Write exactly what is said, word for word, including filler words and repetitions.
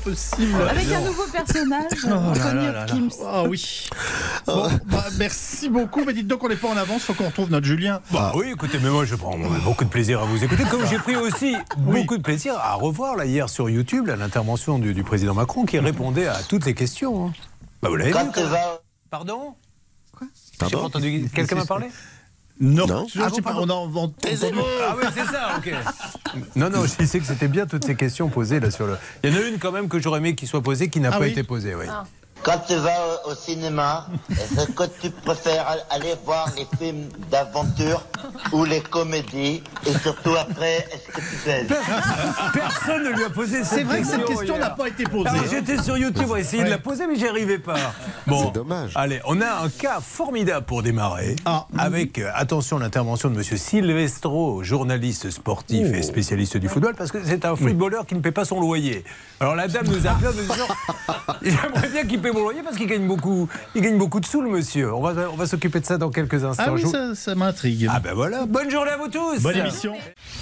possible. Avec un nouveau personnage, Anthony Hopkins. Ah oui. Bon, bah, merci beaucoup. Mais dites donc, on n'est pas en avance. Il faut qu'on retrouve notre Julien. Bah oui, écoutez, mais moi je prends beaucoup de plaisir à vous écouter. Comme j'ai pris aussi Oui. beaucoup de plaisir à revoir là hier sur YouTube l'intervention du, du président Macron qui répondait à toutes les questions. Hein. Bah vous l'avez vu. Quand tu quand même. vas... Pardon Quoi? J'ai pas entendu. Quelqu'un m'a parlé? Non, Non. je Ah sais bon, pas. On a entendu. Ah oui, c'est ça, ok. Non, non, je disais que c'était bien toutes ces questions posées là sur le. Il y en a une quand même que j'aurais aimé qu'il soit posée qui n'a Ah pas oui été posée, oui. Ah. Quand tu vas au cinéma, est-ce que tu préfères aller voir les films d'aventure ou les comédies? Et surtout après, est-ce que tu baises? Personne ne lui a posé cette question. C'est vrai que cette question hier. n'a pas été posée. Ah, j'étais sur YouTube pour essayer de la poser, mais j'y arrivais pas. Bon, C'est dommage. Allez, on a un cas formidable pour démarrer. Ah. Avec, euh, attention, l'intervention de Monsieur Silvestro, journaliste sportif et spécialiste du football, parce que c'est un footballeur qui ne paie pas son loyer. Alors la dame nous a appelé en nous disant j'aimerais bien qu'il paie mon loyer parce qu'il gagne beaucoup, il gagne beaucoup de sous, le monsieur. On va, on va s'occuper de ça dans quelques instants. Ah oui, Je vous- ça, ça m'intrigue. Ah ben voilà. Bonne journée à vous tous. Bonne émission.